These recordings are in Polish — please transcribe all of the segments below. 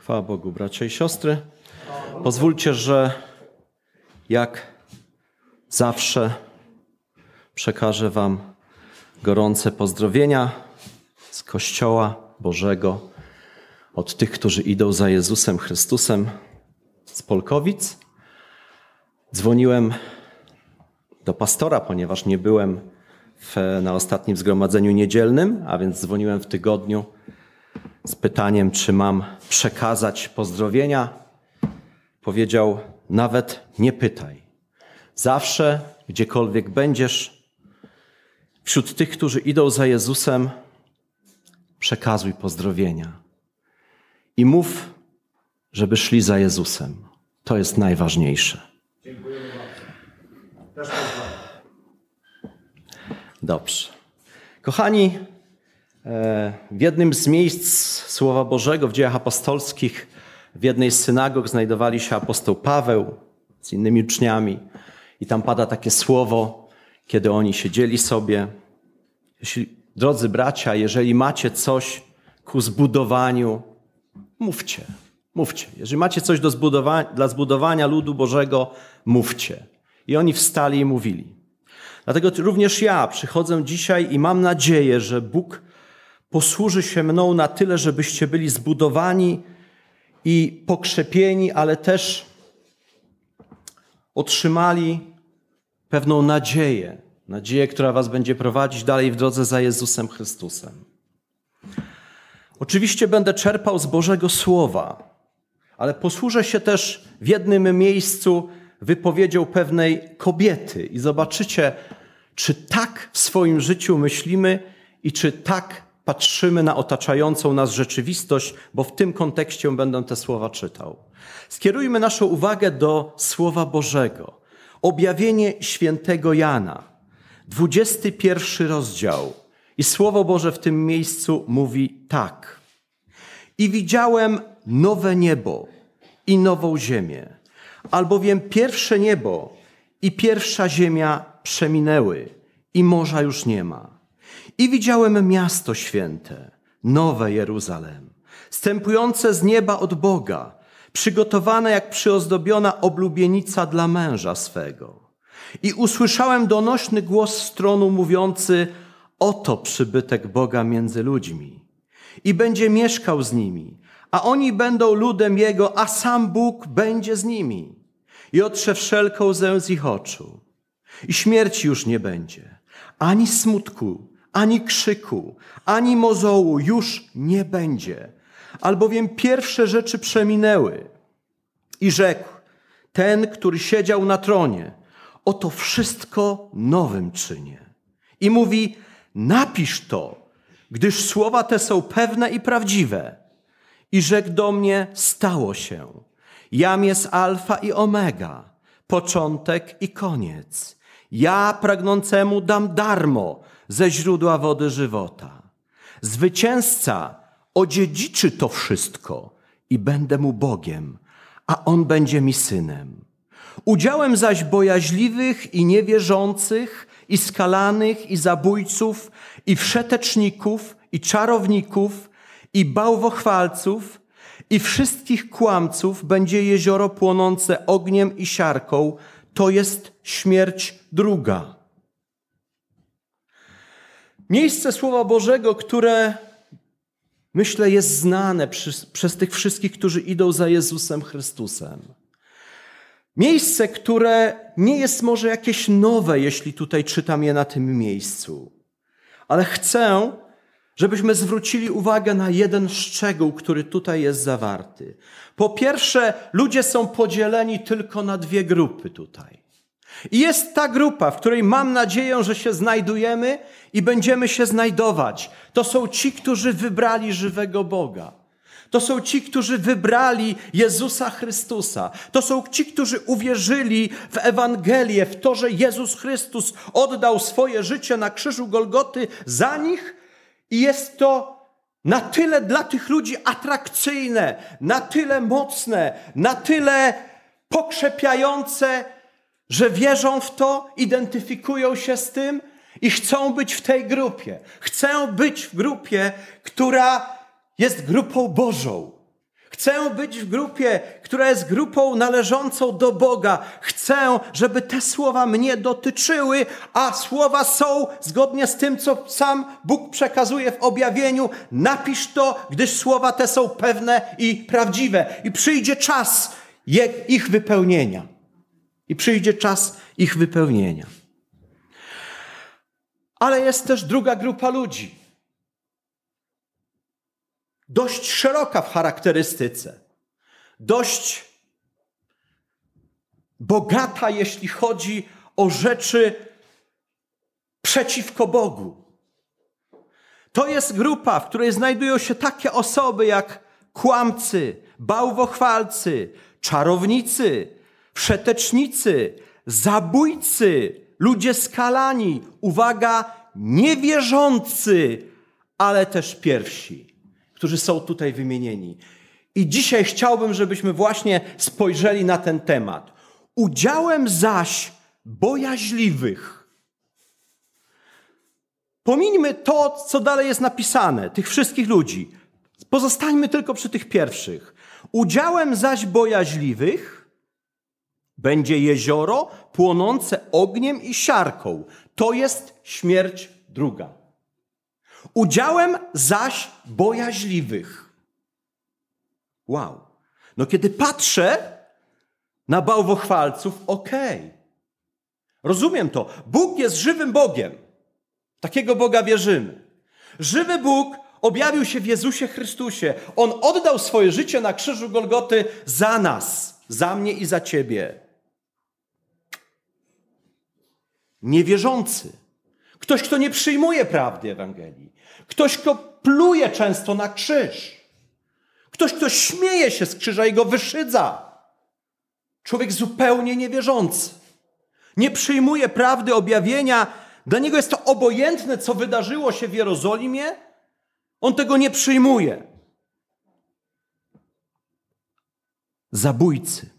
Chwała Bogu, bracia i siostry. Pozwólcie, że jak zawsze przekażę wam gorące pozdrowienia z Kościoła Bożego od tych, którzy idą za Jezusem Chrystusem z Polkowic. Dzwoniłem do pastora, ponieważ nie byłem na ostatnim zgromadzeniu niedzielnym, a więc dzwoniłem w tygodniu z pytaniem, czy mam przekazać pozdrowienia. Powiedział, nawet nie pytaj. Zawsze, gdziekolwiek będziesz, wśród tych, którzy idą za Jezusem, przekazuj pozdrowienia. I mów, żeby szli za Jezusem. To jest najważniejsze. Dziękuję bardzo. Dobrze. Kochani, w jednym z miejsc Słowa Bożego w Dziejach Apostolskich, w jednej z synagog znajdowali się apostoł Paweł z innymi uczniami i tam pada takie słowo, kiedy oni siedzieli sobie. Drodzy bracia, jeżeli macie coś ku zbudowaniu, mówcie. Jeżeli macie coś dla zbudowania ludu Bożego, mówcie. I oni wstali i mówili. Dlatego również ja przychodzę dzisiaj i mam nadzieję, że Bóg posłuży się mną na tyle, żebyście byli zbudowani i pokrzepieni, ale też otrzymali pewną nadzieję, która was będzie prowadzić dalej w drodze za Jezusem Chrystusem. Oczywiście będę czerpał z Bożego Słowa, ale posłużę się też w jednym miejscu wypowiedzią pewnej kobiety i zobaczycie, czy tak w swoim życiu myślimy i czy tak patrzymy na otaczającą nas rzeczywistość, bo w tym kontekście będę te słowa czytał. Skierujmy naszą uwagę do Słowa Bożego. Objawienie świętego Jana, 21 rozdział. I Słowo Boże w tym miejscu mówi tak. I widziałem nowe niebo i nową ziemię, albowiem pierwsze niebo i pierwsza ziemia przeminęły i morza już nie ma. I widziałem miasto święte, nowe Jeruzalem, zstępujące z nieba od Boga, przygotowane jak przyozdobiona oblubienica dla męża swego. I usłyszałem donośny głos z tronu mówiący, oto przybytek Boga między ludźmi. I będzie mieszkał z nimi, a oni będą ludem Jego, a sam Bóg będzie z nimi. I otrze wszelką łzę z ich oczu. I śmierci już nie będzie, ani smutku, ani krzyku, ani mozołu już nie będzie, albowiem pierwsze rzeczy przeminęły. I rzekł ten, który siedział na tronie, oto wszystko nowym czynię. I mówi, napisz to, gdyż słowa te są pewne i prawdziwe. I rzekł do mnie, stało się. Jam jest alfa i omega, początek i koniec. Ja pragnącemu dam darmo ze źródła wody żywota. Zwycięzca odziedziczy to wszystko i będę mu Bogiem, a on będzie mi synem. Udziałem zaś bojaźliwych i niewierzących, i skalanych, i zabójców, i wszeteczników, i czarowników, i bałwochwalców, i wszystkich kłamców będzie jezioro płonące ogniem i siarką, to jest śmierć druga. Miejsce Słowa Bożego, które myślę jest znane przez tych wszystkich, którzy idą za Jezusem Chrystusem. Miejsce, które nie jest może jakieś nowe, jeśli tutaj czytam je na tym miejscu. Ale chcę, żebyśmy zwrócili uwagę na jeden szczegół, który tutaj jest zawarty. Po pierwsze, ludzie są podzieleni tylko na dwie grupy tutaj. I jest ta grupa, w której mam nadzieję, że się znajdujemy i będziemy się znajdować. To są ci, którzy wybrali żywego Boga. To są ci, którzy wybrali Jezusa Chrystusa. To są ci, którzy uwierzyli w Ewangelię, w to, że Jezus Chrystus oddał swoje życie na krzyżu Golgoty za nich i jest to na tyle dla tych ludzi atrakcyjne, na tyle mocne, na tyle pokrzepiające, że wierzą w to, identyfikują się z tym i chcą być w tej grupie. Chcą być w grupie, która jest grupą Bożą. Chcę być w grupie, która jest grupą należącą do Boga. Chcę, żeby te słowa mnie dotyczyły, a słowa są zgodnie z tym, co sam Bóg przekazuje w objawieniu. Napisz to, gdyż słowa te są pewne i prawdziwe. I przyjdzie czas ich wypełnienia. Ale jest też druga grupa ludzi. Dość szeroka w charakterystyce. Dość bogata, jeśli chodzi o rzeczy przeciwko Bogu. To jest grupa, w której znajdują się takie osoby jak kłamcy, bałwochwalcy, czarownicy, wszetecznicy, zabójcy, ludzie skalani, uwaga, niewierzący, ale też pierwsi, którzy są tutaj wymienieni. I dzisiaj chciałbym, żebyśmy właśnie spojrzeli na ten temat. Udziałem zaś bojaźliwych. Pomińmy to, co dalej jest napisane, tych wszystkich ludzi. Pozostańmy tylko przy tych pierwszych. Udziałem zaś bojaźliwych będzie jezioro płonące ogniem i siarką. To jest śmierć druga. Udziałem zaś bojaźliwych. Wow. No kiedy patrzę na bałwochwalców, rozumiem to. Bóg jest żywym Bogiem. Takiego Boga wierzymy. Żywy Bóg objawił się w Jezusie Chrystusie. On oddał swoje życie na krzyżu Golgoty za nas, za mnie i za ciebie. Niewierzący. Ktoś, kto nie przyjmuje prawdy Ewangelii. Ktoś, kto pluje często na krzyż. Ktoś, kto śmieje się z krzyża i go wyszydza. Człowiek zupełnie niewierzący. Nie przyjmuje prawdy objawienia. Dla niego jest to obojętne, co wydarzyło się w Jerozolimie. On tego nie przyjmuje. Zabójcy.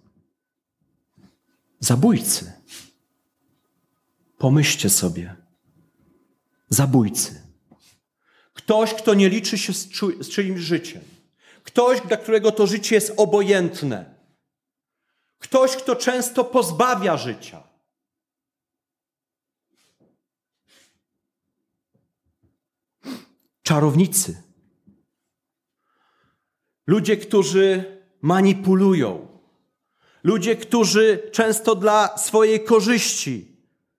Zabójcy. Pomyślcie sobie. Zabójcy. Ktoś, kto nie liczy się z czyimś życiem. Ktoś, dla którego to życie jest obojętne. Ktoś, kto często pozbawia życia. Czarownicy. Ludzie, którzy manipulują. Ludzie, którzy często dla swojej korzyści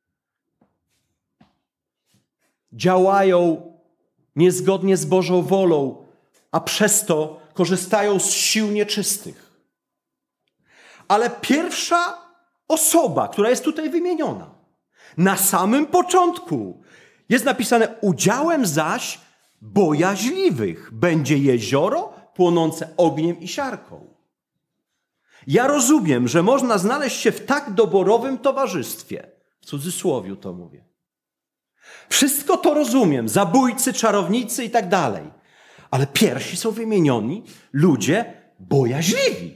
działają niezgodnie z Bożą wolą, a przez to korzystają z sił nieczystych. Ale pierwsza osoba, która jest tutaj wymieniona, na samym początku jest napisane: udziałem zaś bojaźliwych będzie jezioro płonące ogniem i siarką. Ja rozumiem, że można znaleźć się w tak doborowym towarzystwie. W cudzysłowiu to mówię. Wszystko to rozumiem. Zabójcy, czarownicy i tak dalej. Ale pierwsi są wymienioni ludzie bojaźliwi.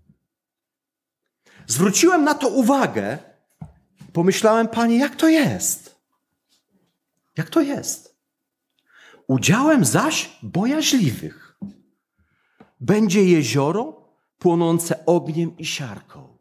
Zwróciłem na to uwagę. Pomyślałem: Panie, jak to jest? Jak to jest? Udziałem zaś bojaźliwych będzie jezioro płonące ogniem i siarką.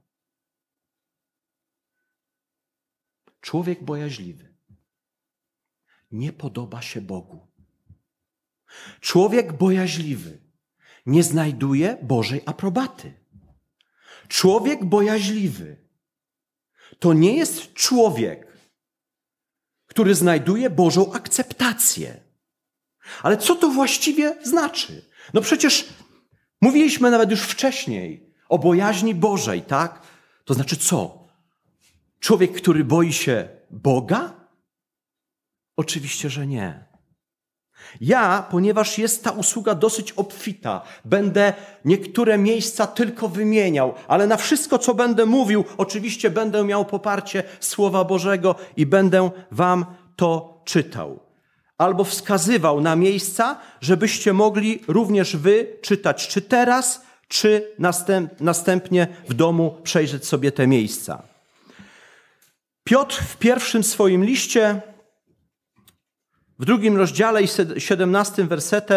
Człowiek bojaźliwy nie podoba się Bogu. Człowiek bojaźliwy nie znajduje Bożej aprobaty. Człowiek bojaźliwy to nie jest człowiek, który znajduje Bożą akceptację. Ale co to właściwie znaczy? No przecież mówiliśmy nawet już wcześniej o bojaźni Bożej, tak? To znaczy co? Człowiek, który boi się Boga? Oczywiście, że nie. Ja, ponieważ jest ta usługa dosyć obfita, będę niektóre miejsca tylko wymieniał, ale na wszystko, co będę mówił, oczywiście będę miał poparcie Słowa Bożego i będę wam to czytał. Albo wskazywał na miejsca, żebyście mogli również wy czytać, czy teraz, czy następnie w domu przejrzeć sobie te miejsca. Piotr w pierwszym swoim liście, w 2 rozdziale i 17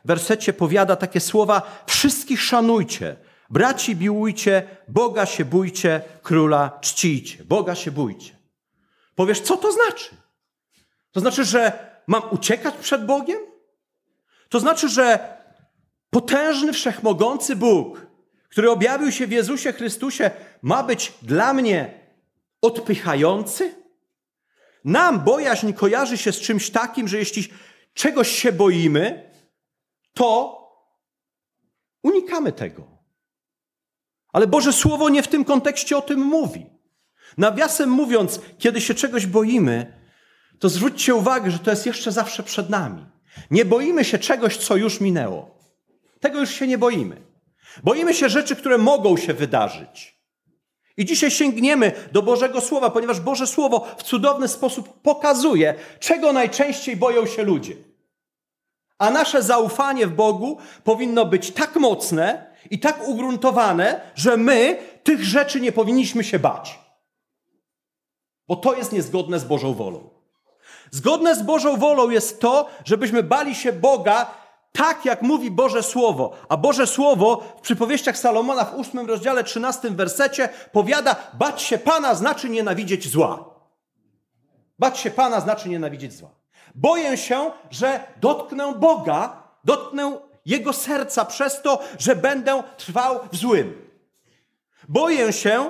wersecie powiada takie słowa: wszystkich szanujcie, braci miłujcie, Boga się bójcie, króla czcijcie. Boga się bójcie. Powiesz, co to znaczy? To znaczy, że mam uciekać przed Bogiem? To znaczy, że potężny, wszechmogący Bóg, który objawił się w Jezusie Chrystusie, ma być dla mnie odpychający? Nam bojaźń kojarzy się z czymś takim, że jeśli czegoś się boimy, to unikamy tego. Ale Boże Słowo nie w tym kontekście o tym mówi. Nawiasem mówiąc, kiedy się czegoś boimy, to zwróćcie uwagę, że to jest jeszcze zawsze przed nami. Nie boimy się czegoś, co już minęło. Tego już się nie boimy. Boimy się rzeczy, które mogą się wydarzyć. I dzisiaj sięgniemy do Bożego Słowa, ponieważ Boże Słowo w cudowny sposób pokazuje, czego najczęściej boją się ludzie. A nasze zaufanie w Bogu powinno być tak mocne i tak ugruntowane, że my tych rzeczy nie powinniśmy się bać. Bo to jest niezgodne z Bożą wolą. Zgodne z Bożą wolą jest to, żebyśmy bali się Boga tak, jak mówi Boże Słowo. A Boże Słowo w przypowieściach Salomona w 8 rozdziale 13 wersecie powiada: bać się Pana znaczy nienawidzieć zła. Bać się Pana znaczy nienawidzieć zła. Boję się, że dotknę Boga, dotknę Jego serca przez to, że będę trwał w złym. Boję się,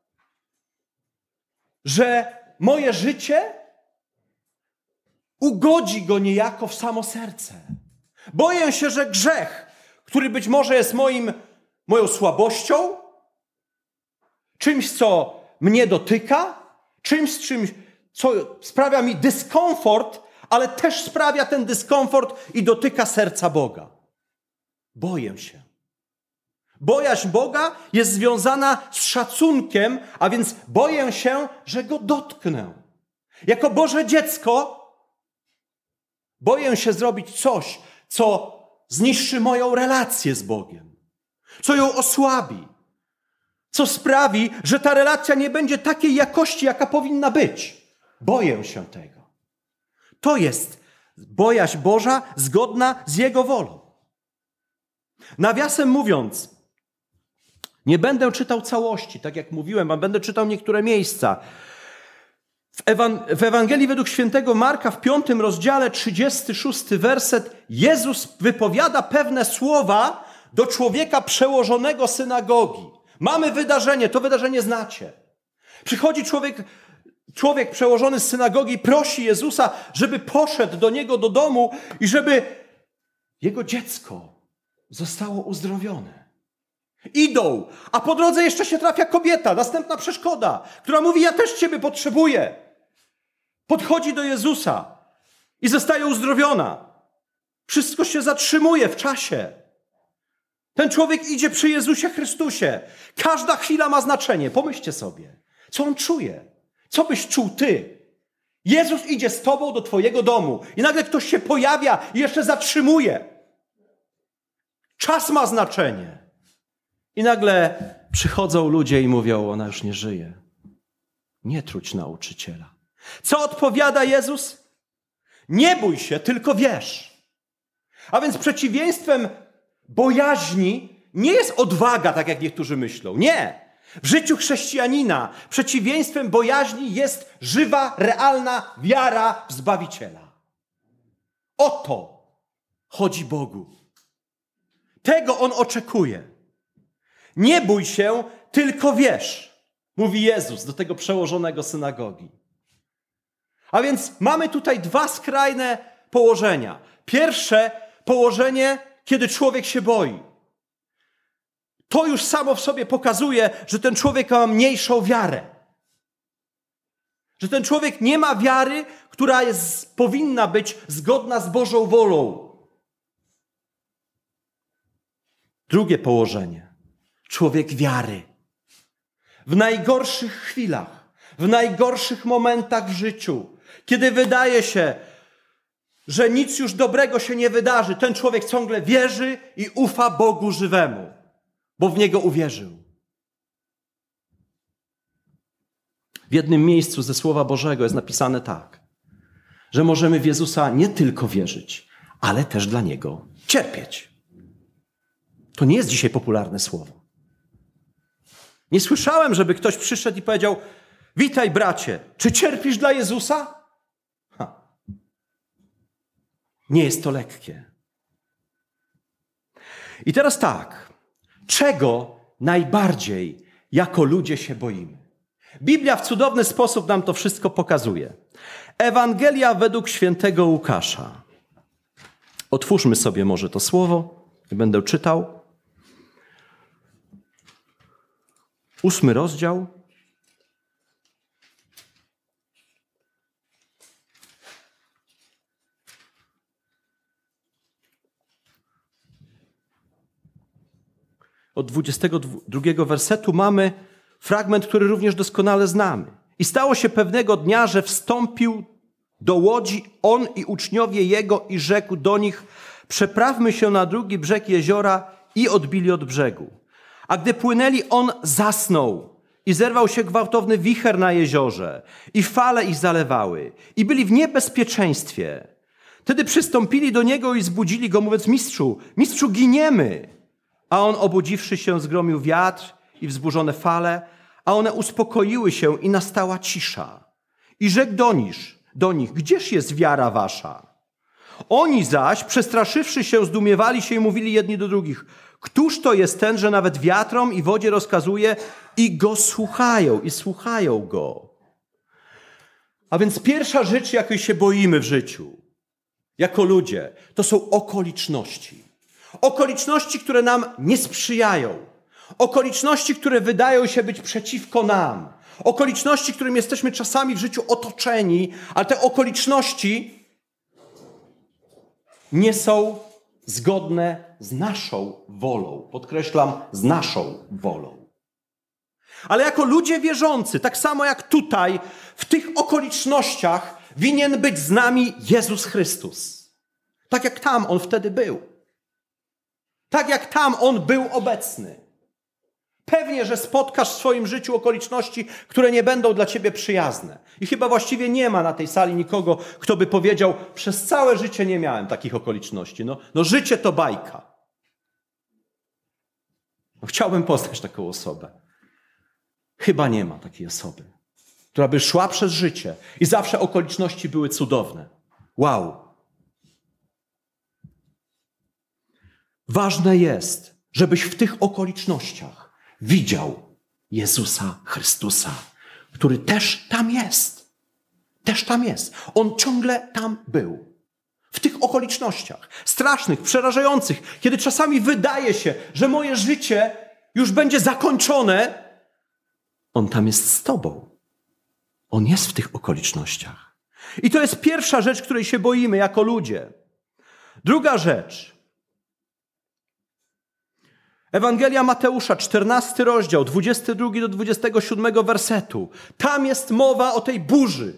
że moje życie ugodzi Go niejako w samo serce. Boję się, że grzech, który być może jest moją słabością, czymś, co mnie dotyka, czymś, co sprawia mi dyskomfort, ale też sprawia ten dyskomfort i dotyka serca Boga. Boję się. Bojaźń Boga jest związana z szacunkiem, a więc boję się, że Go dotknę. Jako Boże dziecko boję się zrobić coś, co zniszczy moją relację z Bogiem, co ją osłabi, co sprawi, że ta relacja nie będzie takiej jakości, jaka powinna być. Boję się tego. To jest bojaźń Boża zgodna z Jego wolą. Nawiasem mówiąc, nie będę czytał całości, tak jak mówiłem, a będę czytał niektóre miejsca. W Ewangelii według świętego Marka w 5 rozdziale 36 werset Jezus wypowiada pewne słowa do człowieka przełożonego synagogi. Mamy wydarzenie, to wydarzenie znacie. Przychodzi człowiek przełożony z synagogi, prosi Jezusa, żeby poszedł do niego do domu i żeby jego dziecko zostało uzdrowione. Idą, a po drodze jeszcze się trafia kobieta, następna przeszkoda, która mówi: ja też Ciebie potrzebuję. Podchodzi do Jezusa i zostaje uzdrowiona. Wszystko się zatrzymuje w czasie. Ten człowiek idzie przy Jezusie Chrystusie. Każda chwila ma znaczenie. Pomyślcie sobie, co on czuje. Co byś czuł ty? Jezus idzie z tobą do twojego domu i nagle ktoś się pojawia i jeszcze zatrzymuje. Czas ma znaczenie. I nagle przychodzą ludzie i mówią: ona już nie żyje. Nie truć nauczyciela. Co odpowiada Jezus? Nie bój się, tylko wierz. A więc przeciwieństwem bojaźni nie jest odwaga, tak jak niektórzy myślą. Nie. W życiu chrześcijanina przeciwieństwem bojaźni jest żywa, realna wiara w Zbawiciela. O to chodzi Bogu. Tego On oczekuje. Nie bój się, tylko wierz, mówi Jezus do tego przełożonego synagogi. A więc mamy tutaj dwa skrajne położenia. Pierwsze położenie, kiedy człowiek się boi. To już samo w sobie pokazuje, że ten człowiek ma mniejszą wiarę. Że ten człowiek nie ma wiary, która powinna być zgodna z Bożą wolą. Drugie położenie. Człowiek wiary. W najgorszych chwilach, w najgorszych momentach w życiu, kiedy wydaje się, że nic już dobrego się nie wydarzy, ten człowiek ciągle wierzy i ufa Bogu żywemu, bo w Niego uwierzył. W jednym miejscu ze Słowa Bożego jest napisane tak, że możemy w Jezusa nie tylko wierzyć, ale też dla Niego Cierpieć. To nie jest dzisiaj popularne słowo. Nie słyszałem, żeby ktoś przyszedł i powiedział: witaj, bracie, czy cierpisz dla Jezusa? Nie jest to lekkie. I teraz tak, czego najbardziej jako ludzie się boimy? Biblia w cudowny sposób nam to wszystko pokazuje. Ewangelia według świętego Łukasza. Otwórzmy sobie może to słowo, będę czytał. 8 rozdział. Od 22 wersetu mamy fragment, który również doskonale znamy. I stało się pewnego dnia, że wstąpił do łodzi on i uczniowie jego i rzekł do nich: przeprawmy się na drugi brzeg jeziora, i odbili od brzegu. A gdy płynęli, on zasnął i zerwał się gwałtowny wicher na jeziorze i fale ich zalewały i byli w niebezpieczeństwie. Wtedy przystąpili do niego i zbudzili go, mówiąc: mistrzu, giniemy. A on, obudziwszy się, zgromił wiatr i wzburzone fale, a one uspokoiły się i nastała cisza. I rzekł do nich: gdzież jest wiara wasza? Oni zaś, przestraszywszy się, zdumiewali się i mówili jedni do drugich: któż to jest ten, że nawet wiatrom i wodzie rozkazuje i go słuchają go? A więc pierwsza rzecz, jakiej się boimy w życiu, jako ludzie, to są okoliczności. Okoliczności, które nam nie sprzyjają. Okoliczności, które wydają się być przeciwko nam. Okoliczności, którym jesteśmy czasami w życiu otoczeni, ale te okoliczności nie są zgodne z naszą wolą. Podkreślam, z naszą wolą. Ale jako ludzie wierzący, tak samo jak tutaj, w tych okolicznościach winien być z nami Jezus Chrystus. Tak jak tam On wtedy był. Tak jak tam On był obecny. Pewnie, że spotkasz w swoim życiu okoliczności, które nie będą dla ciebie przyjazne. I chyba właściwie nie ma na tej sali nikogo, kto by powiedział: przez całe życie nie miałem takich okoliczności. No życie to bajka. Chciałbym poznać taką osobę. Chyba nie ma takiej osoby, która by szła przez życie i zawsze okoliczności były cudowne. Wow. Ważne jest, żebyś w tych okolicznościach widział Jezusa Chrystusa, który też tam jest. Też tam jest. On ciągle tam był. W tych okolicznościach strasznych, przerażających, kiedy czasami wydaje się, że moje życie już będzie zakończone, On tam jest z tobą. On jest w tych okolicznościach. I to jest pierwsza rzecz, której się boimy jako ludzie. Druga rzecz. Ewangelia Mateusza, 14 rozdział, 22 do 27 wersetu. Tam jest mowa o tej burzy.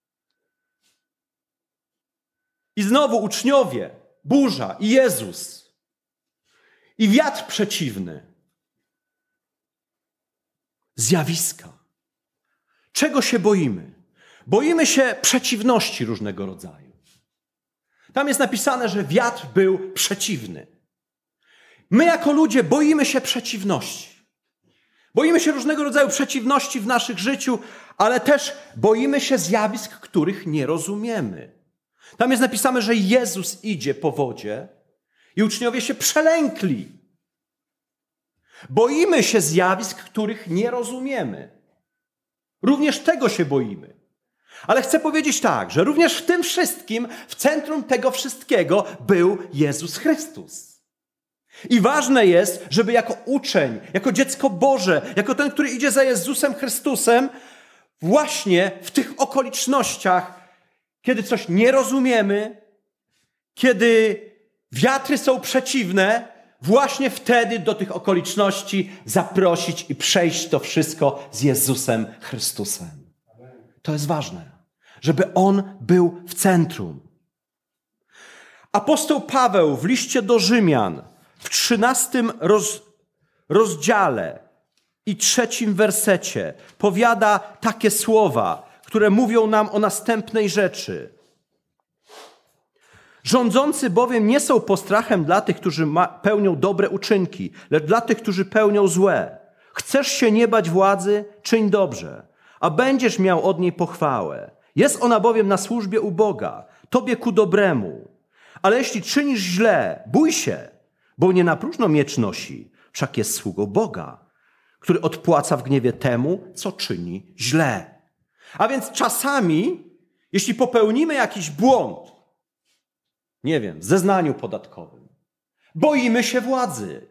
I znowu uczniowie, burza i Jezus. I wiatr przeciwny. Zjawiska. Czego się boimy? Boimy się przeciwności różnego rodzaju. Tam jest napisane, że wiatr był przeciwny. My jako ludzie boimy się przeciwności. Boimy się różnego rodzaju przeciwności w naszych życiu, ale też boimy się zjawisk, których nie rozumiemy. Tam jest napisane, że Jezus idzie po wodzie i uczniowie się przelękli. Boimy się zjawisk, których nie rozumiemy. Również tego się boimy. Ale chcę powiedzieć tak, że również w tym wszystkim, w centrum tego wszystkiego był Jezus Chrystus. I ważne jest, żeby jako uczeń, jako dziecko Boże, jako ten, który idzie za Jezusem Chrystusem, właśnie w tych okolicznościach, kiedy coś nie rozumiemy, kiedy wiatry są przeciwne, właśnie wtedy do tych okoliczności zaprosić i przejść to wszystko z Jezusem Chrystusem. To jest ważne, żeby On był w centrum. Apostoł Paweł w liście do Rzymian w 13 rozdziale i 3 wersecie powiada takie słowa, które mówią nam o następnej rzeczy. Rządzący bowiem nie są postrachem dla tych, którzy pełnią dobre uczynki, lecz dla tych, którzy pełnią złe. Chcesz się nie bać władzy? Czyń dobrze, a będziesz miał od niej pochwałę. Jest ona bowiem na służbie u Boga, tobie ku dobremu. Ale jeśli czynisz źle, bój się, bo nie na próżno miecz nosi, wszak jest sługą Boga, który odpłaca w gniewie temu, co czyni źle. A więc czasami, jeśli popełnimy jakiś błąd, nie wiem, w zeznaniu podatkowym, boimy się władzy.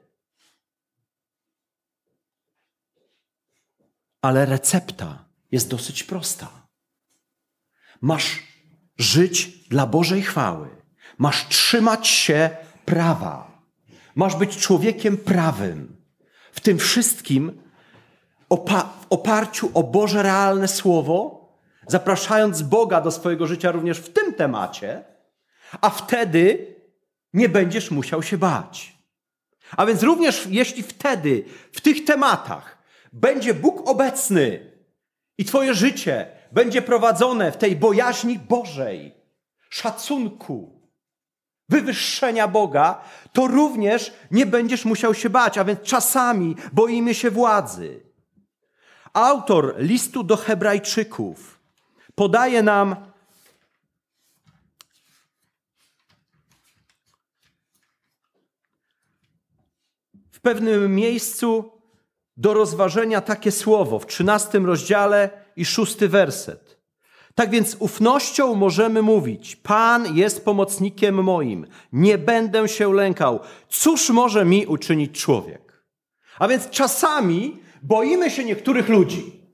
Ale recepta jest dosyć prosta. Masz żyć dla Bożej chwały. Masz trzymać się prawa. Masz być człowiekiem prawym. W tym wszystkim w oparciu o Boże realne Słowo, zapraszając Boga do swojego życia również w tym temacie, a wtedy nie będziesz musiał się bać. A więc również jeśli wtedy w tych tematach będzie Bóg obecny i twoje życie będzie prowadzone w tej bojaźni Bożej, szacunku, wywyższenia Boga, to również nie będziesz musiał się bać, a więc czasami boimy się władzy. Autor listu do Hebrajczyków podaje nam w pewnym miejscu do rozważenia takie słowo w 13 rozdziale i 6 werset. Tak więc ufnością możemy mówić: Pan jest pomocnikiem moim, nie będę się lękał. Cóż może mi uczynić człowiek? A więc czasami boimy się niektórych ludzi.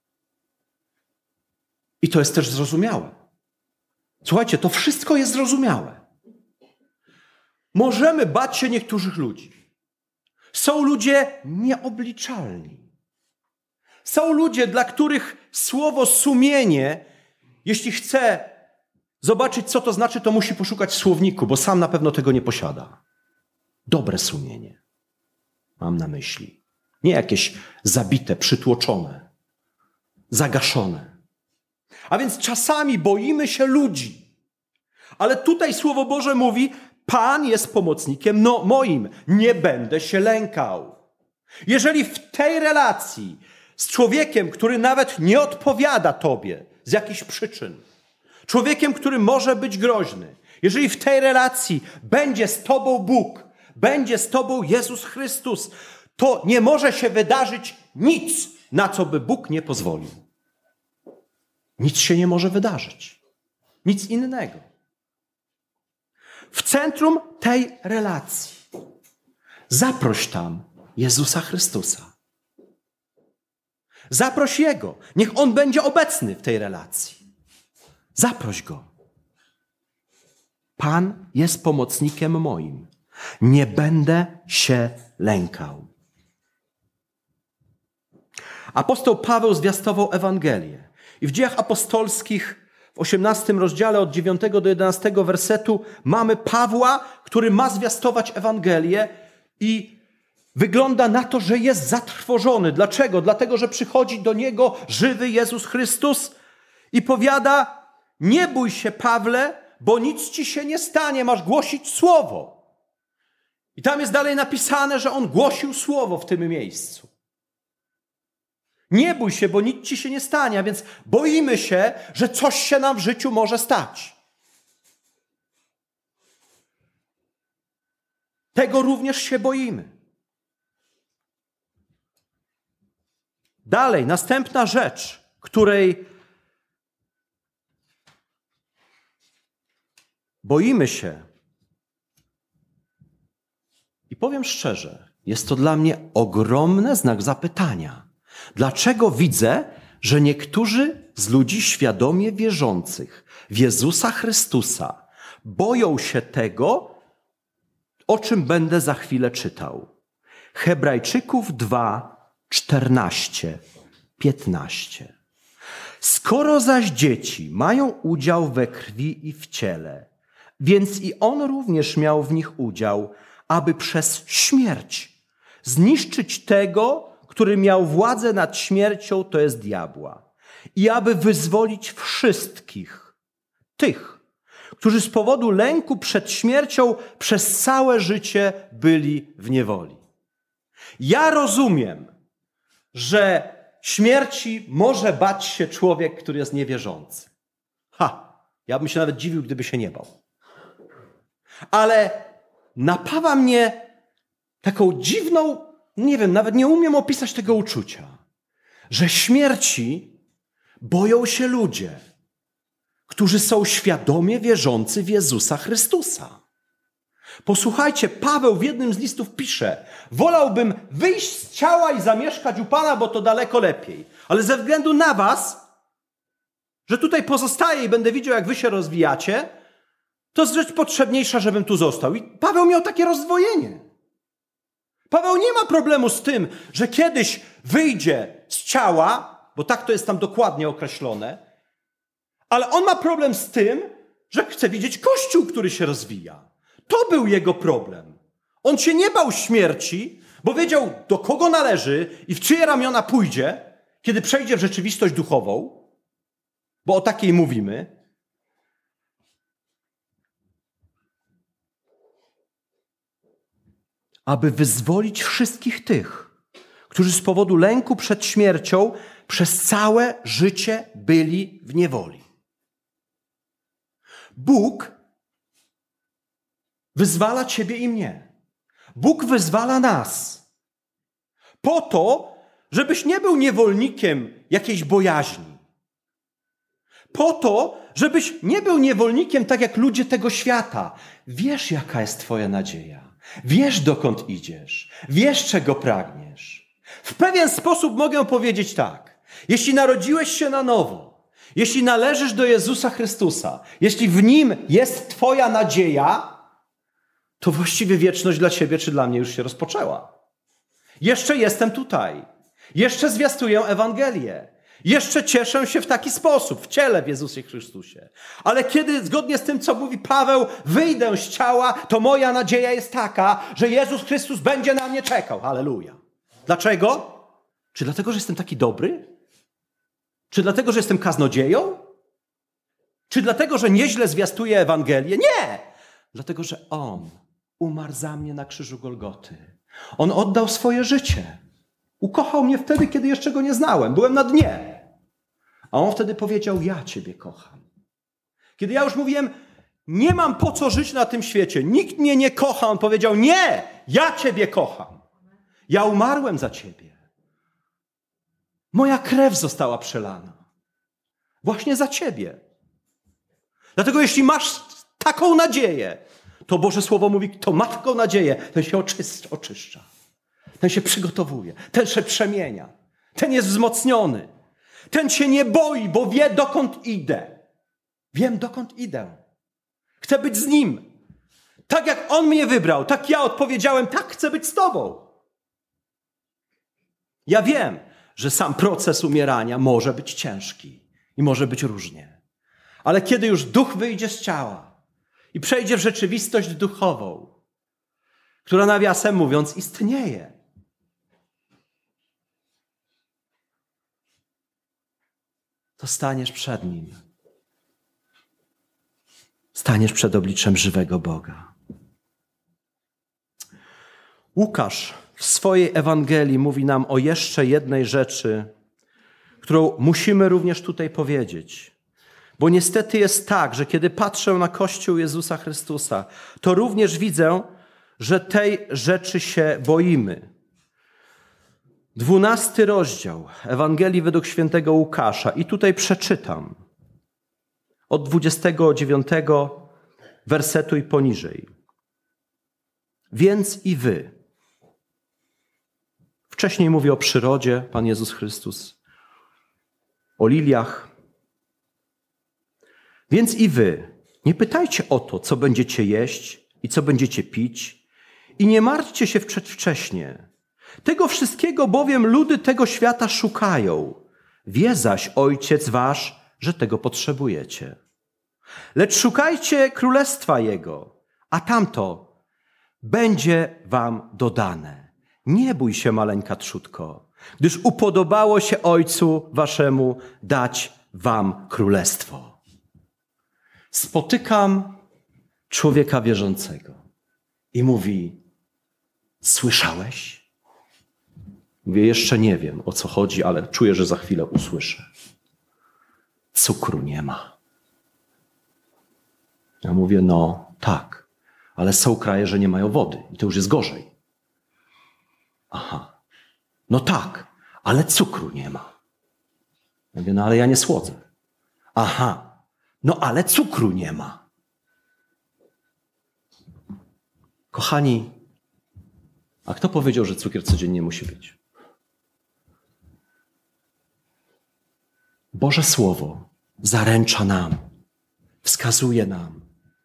I to jest też zrozumiałe. Słuchajcie, to wszystko jest zrozumiałe. Możemy bać się niektórych ludzi. Są ludzie nieobliczalni. Są ludzie, dla których słowo sumienie, jeśli chce zobaczyć, co to znaczy, to musi poszukać w słowniku, bo sam na pewno tego nie posiada. Dobre sumienie mam na myśli. Nie jakieś zabite, przytłoczone, zagaszone. A więc czasami boimy się ludzi. Ale tutaj Słowo Boże mówi: Pan jest pomocnikiem moim, nie będę się lękał. Jeżeli w tej relacji z człowiekiem, który nawet nie odpowiada tobie z jakichś przyczyn, człowiekiem, który może być groźny, jeżeli w tej relacji będzie z tobą Bóg, będzie z tobą Jezus Chrystus, to nie może się wydarzyć nic, na co by Bóg nie pozwolił. Nic się nie może wydarzyć. Nic innego. W centrum tej relacji zaproś tam Jezusa Chrystusa. Zaproś Jego. Niech On będzie obecny w tej relacji. Zaproś Go. Pan jest pomocnikiem moim. Nie będę się lękał. Apostoł Paweł zwiastował Ewangelię. I w Dziejach Apostolskich w 18 rozdziale od 9 do 11 wersetu mamy Pawła, który ma zwiastować Ewangelię i wygląda na to, że jest zatrwożony. Dlaczego? Dlatego, że przychodzi do niego żywy Jezus Chrystus i powiada: nie bój się, Pawle, bo nic ci się nie stanie, masz głosić słowo. I tam jest dalej napisane, że on głosił słowo w tym miejscu. Nie bój się, bo nic ci się nie stanie, a więc boimy się, że coś się nam w życiu może stać. Tego również się boimy. Dalej, następna rzecz, której boimy się. I powiem szczerze, jest to dla mnie ogromny znak zapytania. Dlaczego widzę, że niektórzy z ludzi świadomie wierzących w Jezusa Chrystusa boją się tego, o czym będę za chwilę czytał. Hebrajczyków 2, 14, 15. Skoro zaś dzieci mają udział we krwi i w ciele, więc i on również miał w nich udział, aby przez śmierć zniszczyć tego, który miał władzę nad śmiercią, to jest diabła, i aby wyzwolić wszystkich tych, którzy z powodu lęku przed śmiercią przez całe życie byli w niewoli. Ja rozumiem, że śmierci może bać się człowiek, który jest niewierzący. Ja bym się nawet dziwił, gdyby się nie bał. Ale napawa mnie taką dziwną, nie wiem, nawet nie umiem opisać tego uczucia, że śmierci boją się ludzie, którzy są świadomie wierzący w Jezusa Chrystusa. Posłuchajcie, Paweł w jednym z listów pisze: wolałbym wyjść z ciała i zamieszkać u Pana, bo to daleko lepiej. Ale ze względu na was, że tutaj pozostaję i będę widział, jak wy się rozwijacie, to jest rzecz potrzebniejsza, żebym tu został. I Paweł miał takie rozdwojenie. Paweł nie ma problemu z tym, że kiedyś wyjdzie z ciała, bo tak to jest tam dokładnie określone, ale on ma problem z tym, że chce widzieć Kościół, który się rozwija. To był jego problem. On się nie bał śmierci, bo wiedział, do kogo należy i w czyje ramiona pójdzie, kiedy przejdzie w rzeczywistość duchową, bo o takiej mówimy. Aby wyzwolić wszystkich tych, którzy z powodu lęku przed śmiercią przez całe życie byli w niewoli. Bóg wyzwala ciebie i mnie. Bóg wyzwala nas. Po to, żebyś nie był niewolnikiem jakiejś bojaźni. Po to, żebyś nie był niewolnikiem tak jak ludzie tego świata. Wiesz, jaka jest twoja nadzieja. Wiesz, dokąd idziesz. Wiesz, czego pragniesz. W pewien sposób mogę powiedzieć tak. Jeśli narodziłeś się na nowo, jeśli należysz do Jezusa Chrystusa, jeśli w Nim jest twoja nadzieja, to właściwie wieczność dla ciebie czy dla mnie już się rozpoczęła. Jeszcze jestem tutaj. Jeszcze zwiastuję Ewangelię. Jeszcze cieszę się w taki sposób, w ciele w Jezusie Chrystusie. Ale kiedy, zgodnie z tym, co mówi Paweł, wyjdę z ciała, to moja nadzieja jest taka, że Jezus Chrystus będzie na mnie czekał. Halleluja. Dlaczego? Czy dlatego, że jestem taki dobry? Czy dlatego, że jestem kaznodzieją? Czy dlatego, że nieźle zwiastuję Ewangelię? Nie! Dlatego, że On umarł za mnie na krzyżu Golgoty. On oddał swoje życie. Ukochał mnie wtedy, kiedy jeszcze Go nie znałem. Byłem na dnie. A On wtedy powiedział: ja Ciebie kocham. Kiedy ja już mówiłem: nie mam po co żyć na tym świecie. Nikt mnie nie kocha. On powiedział: nie, ja Ciebie kocham. Ja umarłem za Ciebie. Moja krew została przelana. Właśnie za Ciebie. Dlatego jeśli masz taką nadzieję, to Boże Słowo mówi, kto ma taką nadzieję, ten się oczyszcza. Ten się przygotowuje. Ten się przemienia. Ten jest wzmocniony. Ten się nie boi, bo wie, dokąd idę. Wiem, dokąd idę. Chcę być z Nim. Tak jak On mnie wybrał, tak ja odpowiedziałem, tak chcę być z Tobą. Ja wiem, że sam proces umierania może być ciężki i może być różnie. Ale kiedy już duch wyjdzie z ciała i przejdzie w rzeczywistość duchową, która nawiasem mówiąc istnieje, to staniesz przed Nim. Staniesz przed obliczem żywego Boga. Łukasz w swojej Ewangelii mówi nam o jeszcze jednej rzeczy, którą musimy również tutaj powiedzieć. Bo niestety jest tak, że kiedy patrzę na Kościół Jezusa Chrystusa, to również widzę, że tej rzeczy się boimy. 12 rozdział Ewangelii według świętego Łukasza. I tutaj przeczytam od 29 wersetu i poniżej. Więc i wy. Wcześniej mówi o przyrodzie, Pan Jezus Chrystus, o liliach. Więc i wy nie pytajcie o to, co będziecie jeść i co będziecie pić, i nie martwcie się przedwcześnie. Tego wszystkiego bowiem ludy tego świata szukają. Wie zaś Ojciec wasz, że tego potrzebujecie. Lecz szukajcie Królestwa Jego, a tamto będzie wam dodane. Nie bój się, maleńka trzódko, gdyż upodobało się Ojcu waszemu dać wam królestwo. spotykam człowieka wierzącego i mówi: słyszałeś? Mówię: jeszcze nie wiem, o co chodzi, ale czuję, że za chwilę usłyszę. Cukru nie ma. Ja mówię: no tak, ale są kraje, że nie mają wody i to już jest gorzej. Aha, no tak, ale cukru nie ma. Ja mówię: no ale ja nie słodzę. Aha, no ale cukru nie ma. Kochani, a kto powiedział, że cukier codziennie musi być? Boże Słowo zaręcza nam, wskazuje nam,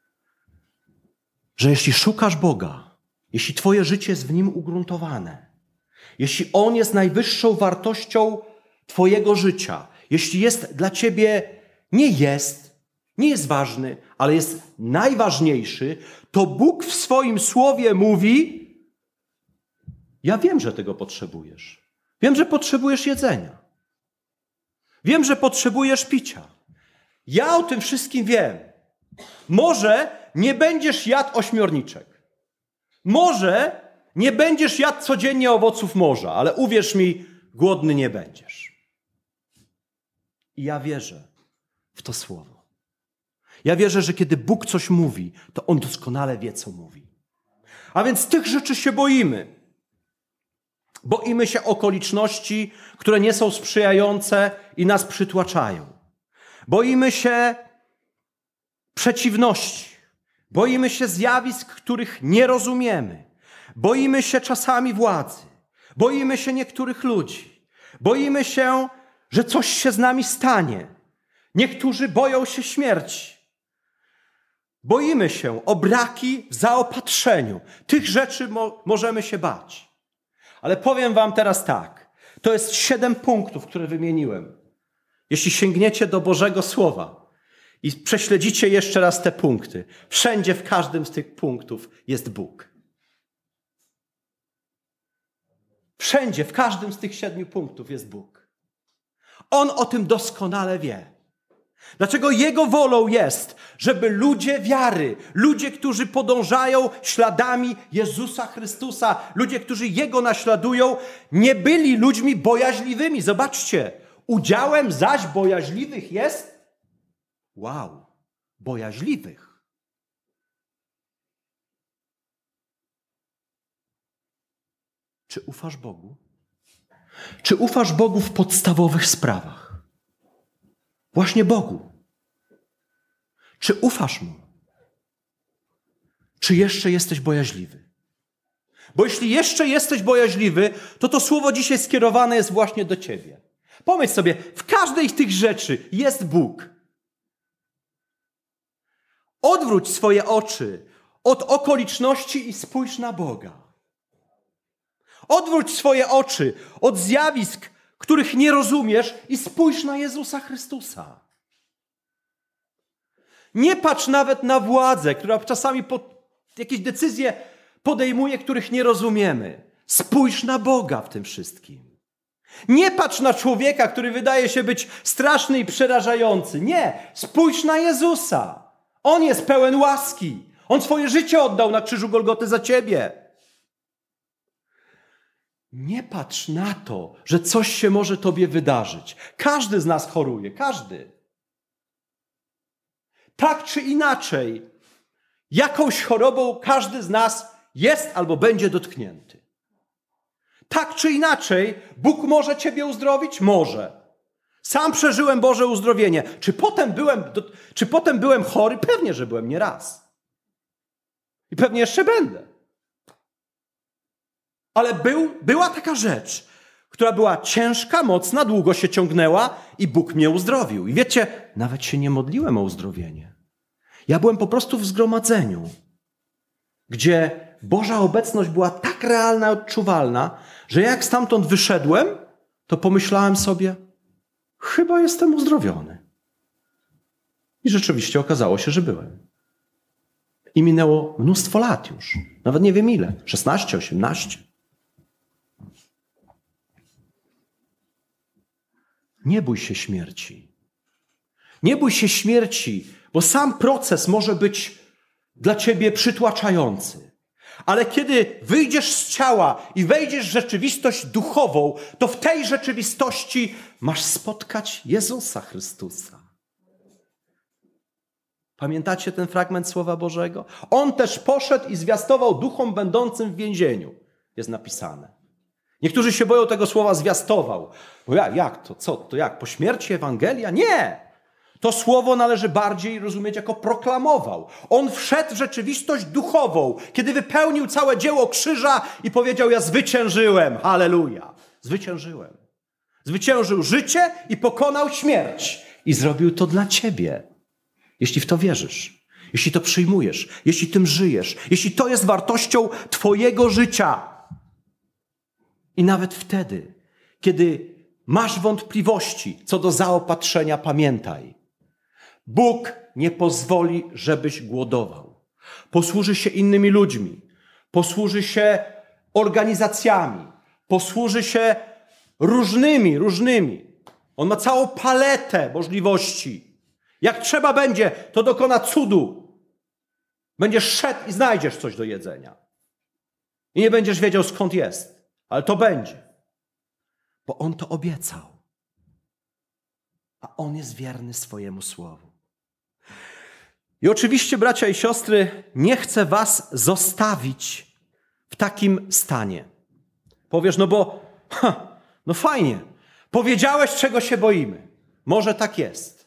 że jeśli szukasz Boga, jeśli twoje życie jest w Nim ugruntowane, jeśli On jest najwyższą wartością twojego życia, jeśli jest dla ciebie, nie jest ważny, ale jest najważniejszy, to Bóg w swoim Słowie mówi: ja wiem, że tego potrzebujesz. Wiem, że potrzebujesz jedzenia. Wiem, że potrzebujesz picia. Ja o tym wszystkim wiem. Może nie będziesz jadł ośmiorniczek. Może nie będziesz jadł codziennie owoców morza, ale uwierz mi, głodny nie będziesz. I ja wierzę w to Słowo. Ja wierzę, że kiedy Bóg coś mówi, to On doskonale wie, co mówi. A więc tych rzeczy się boimy. Boimy się okoliczności, które nie są sprzyjające i nas przytłaczają. Boimy się przeciwności. Boimy się zjawisk, których nie rozumiemy. Boimy się czasami władzy. Boimy się niektórych ludzi. Boimy się, że coś się z nami stanie. Niektórzy boją się śmierci. Boimy się o braki w zaopatrzeniu. Tych rzeczy możemy się bać. Ale powiem wam teraz tak. To jest 7 punktów, które wymieniłem. Jeśli sięgniecie do Bożego Słowa i prześledzicie jeszcze raz te punkty, wszędzie w każdym z tych punktów jest Bóg. Wszędzie, w każdym z tych 7 punktów jest Bóg. On o tym doskonale wie. Dlaczego Jego wolą jest, żeby ludzie wiary, ludzie, którzy podążają śladami Jezusa Chrystusa, ludzie, którzy Jego naśladują, nie byli ludźmi bojaźliwymi. Zobaczcie, udziałem zaś bojaźliwych jest, bojaźliwych. Czy ufasz Bogu? Czy ufasz Bogu w podstawowych sprawach? Właśnie Bogu. Czy ufasz Mu? Czy jeszcze jesteś bojaźliwy? Bo jeśli jeszcze jesteś bojaźliwy, to słowo dzisiaj skierowane jest właśnie do ciebie. Pomyśl sobie, w każdej z tych rzeczy jest Bóg. Odwróć swoje oczy od okoliczności i spójrz na Boga. Odwróć swoje oczy od zjawisk, których nie rozumiesz, i spójrz na Jezusa Chrystusa. Nie patrz nawet na władzę, która czasami jakieś decyzje podejmuje, których nie rozumiemy. Spójrz na Boga w tym wszystkim. Nie patrz na człowieka, który wydaje się być straszny i przerażający. Nie, spójrz na Jezusa. On jest pełen łaski. On swoje życie oddał na krzyżu Golgoty za ciebie. Nie patrz na to, że coś się może tobie wydarzyć. Każdy z nas choruje, każdy. Tak czy inaczej, jakąś chorobą każdy z nas jest albo będzie dotknięty. Tak czy inaczej, Bóg może ciebie uzdrowić? Może. Sam przeżyłem Boże uzdrowienie. Czy potem byłem chory? Pewnie, że byłem, nie raz. I pewnie jeszcze będę. Ale była taka rzecz, która była ciężka, mocna, długo się ciągnęła i Bóg mnie uzdrowił. I wiecie, nawet się nie modliłem o uzdrowienie. Ja byłem po prostu w zgromadzeniu, gdzie Boża obecność była tak realna, odczuwalna, że jak stamtąd wyszedłem, to pomyślałem sobie, chyba jestem uzdrowiony. I rzeczywiście okazało się, że byłem. I minęło mnóstwo lat już. Nawet nie wiem ile. 16, 18. Nie bój się śmierci. Nie bój się śmierci, bo sam proces może być dla ciebie przytłaczający. Ale kiedy wyjdziesz z ciała i wejdziesz w rzeczywistość duchową, to w tej rzeczywistości masz spotkać Jezusa Chrystusa. Pamiętacie ten fragment Słowa Bożego? On też poszedł i zwiastował duchom będącym w więzieniu. Jest napisane. Niektórzy się boją tego słowa zwiastował. Bo jak to? Co? To jak? Po śmierci Ewangelia? Nie! To słowo należy bardziej rozumieć jako proklamował. On wszedł w rzeczywistość duchową, kiedy wypełnił całe dzieło krzyża i powiedział: ja zwyciężyłem. Halleluja. Zwyciężyłem. Zwyciężył życie i pokonał śmierć. I zrobił to dla ciebie. Jeśli w to wierzysz, jeśli to przyjmujesz, jeśli tym żyjesz, jeśli to jest wartością twojego życia. I nawet wtedy, kiedy masz wątpliwości co do zaopatrzenia, pamiętaj. Bóg nie pozwoli, żebyś głodował. Posłuży się innymi ludźmi, posłuży się organizacjami, posłuży się różnymi. On ma całą paletę możliwości. Jak trzeba będzie, to dokona cudu. Będziesz szedł i znajdziesz coś do jedzenia. I nie będziesz wiedział, skąd jest, ale to będzie. Bo On to obiecał. A On jest wierny swojemu słowu. I oczywiście, bracia i siostry, nie chcę was zostawić w takim stanie. Powiesz, no fajnie, powiedziałeś, czego się boimy. Może tak jest.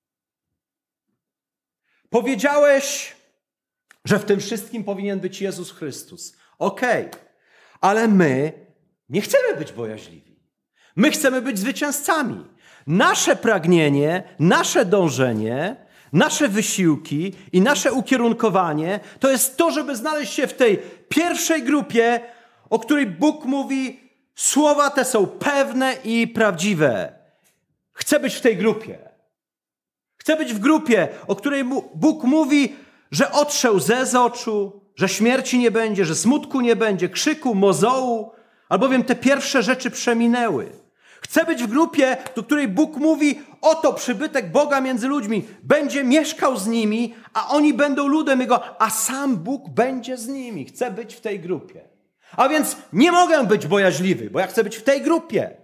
Powiedziałeś, że w tym wszystkim powinien być Jezus Chrystus. Okej, ale my nie chcemy być bojaźliwi. My chcemy być zwycięzcami. Nasze pragnienie, nasze dążenie, nasze wysiłki i nasze ukierunkowanie to jest to, żeby znaleźć się w tej pierwszej grupie, o której Bóg mówi, słowa te są pewne i prawdziwe. Chcę być w tej grupie. Chcę być w grupie, o której Bóg mówi, że otrze łzę z oczu, że śmierci nie będzie, że smutku nie będzie, krzyku, mozołu, albowiem te pierwsze rzeczy przeminęły. Chcę być w grupie, do której Bóg mówi, oto przybytek Boga między ludźmi, będzie mieszkał z nimi, a oni będą ludem Jego, a sam Bóg będzie z nimi. Chcę być w tej grupie. A więc nie mogę być bojaźliwy, bo ja chcę być w tej grupie.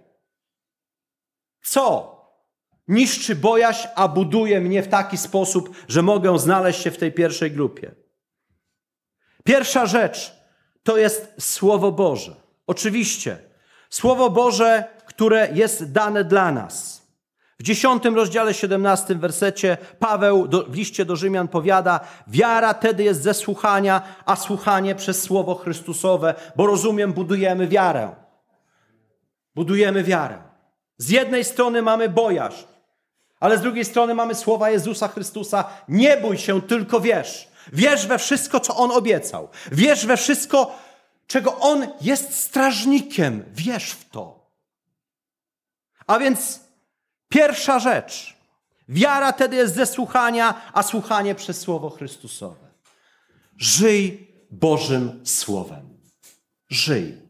Co niszczy bojaźń, a buduje mnie w taki sposób, że mogę znaleźć się w tej pierwszej grupie? Pierwsza rzecz to jest Słowo Boże. Oczywiście, Słowo Boże, które jest dane dla nas. W 10 rozdziale 17 wersecie Paweł w liście do Rzymian powiada: wiara tedy jest ze słuchania, a słuchanie przez Słowo Chrystusowe, bo rozumiem, budujemy wiarę. Budujemy wiarę. Z jednej strony mamy bojaźń, ale z drugiej strony mamy słowa Jezusa Chrystusa. Nie bój się, tylko wierz. Wierz we wszystko, co On obiecał. Wierz we wszystko, czego On jest strażnikiem. Wierz w to. A więc pierwsza rzecz. Wiara tedy jest ze słuchania, a słuchanie przez Słowo Chrystusowe. Żyj Bożym Słowem. Żyj.